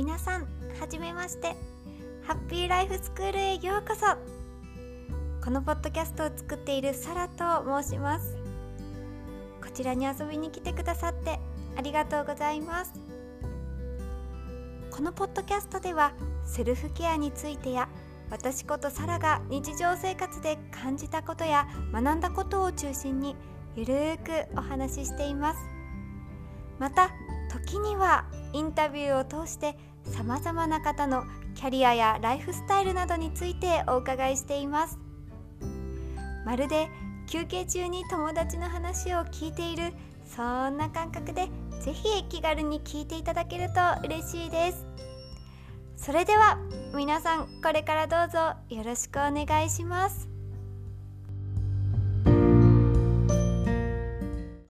皆さん、はじめまして。ハッピーライフスクールへようこそ。このポッドキャストを作っているサラと申します。こちらに遊びに来てくださってありがとうございます。このポッドキャストではセルフケアについてや、私ことサラが日常生活で感じたことや学んだことを中心にゆるーくお話ししています。また時にはインタビューを通してさまざまな方のキャリアやライフスタイルなどについてお伺いしています。まるで休憩中に友達の話を聞いている、そんな感覚でぜひ気軽に聞いていただけると嬉しいです。それでは皆さん、これからどうぞよろしくお願いします。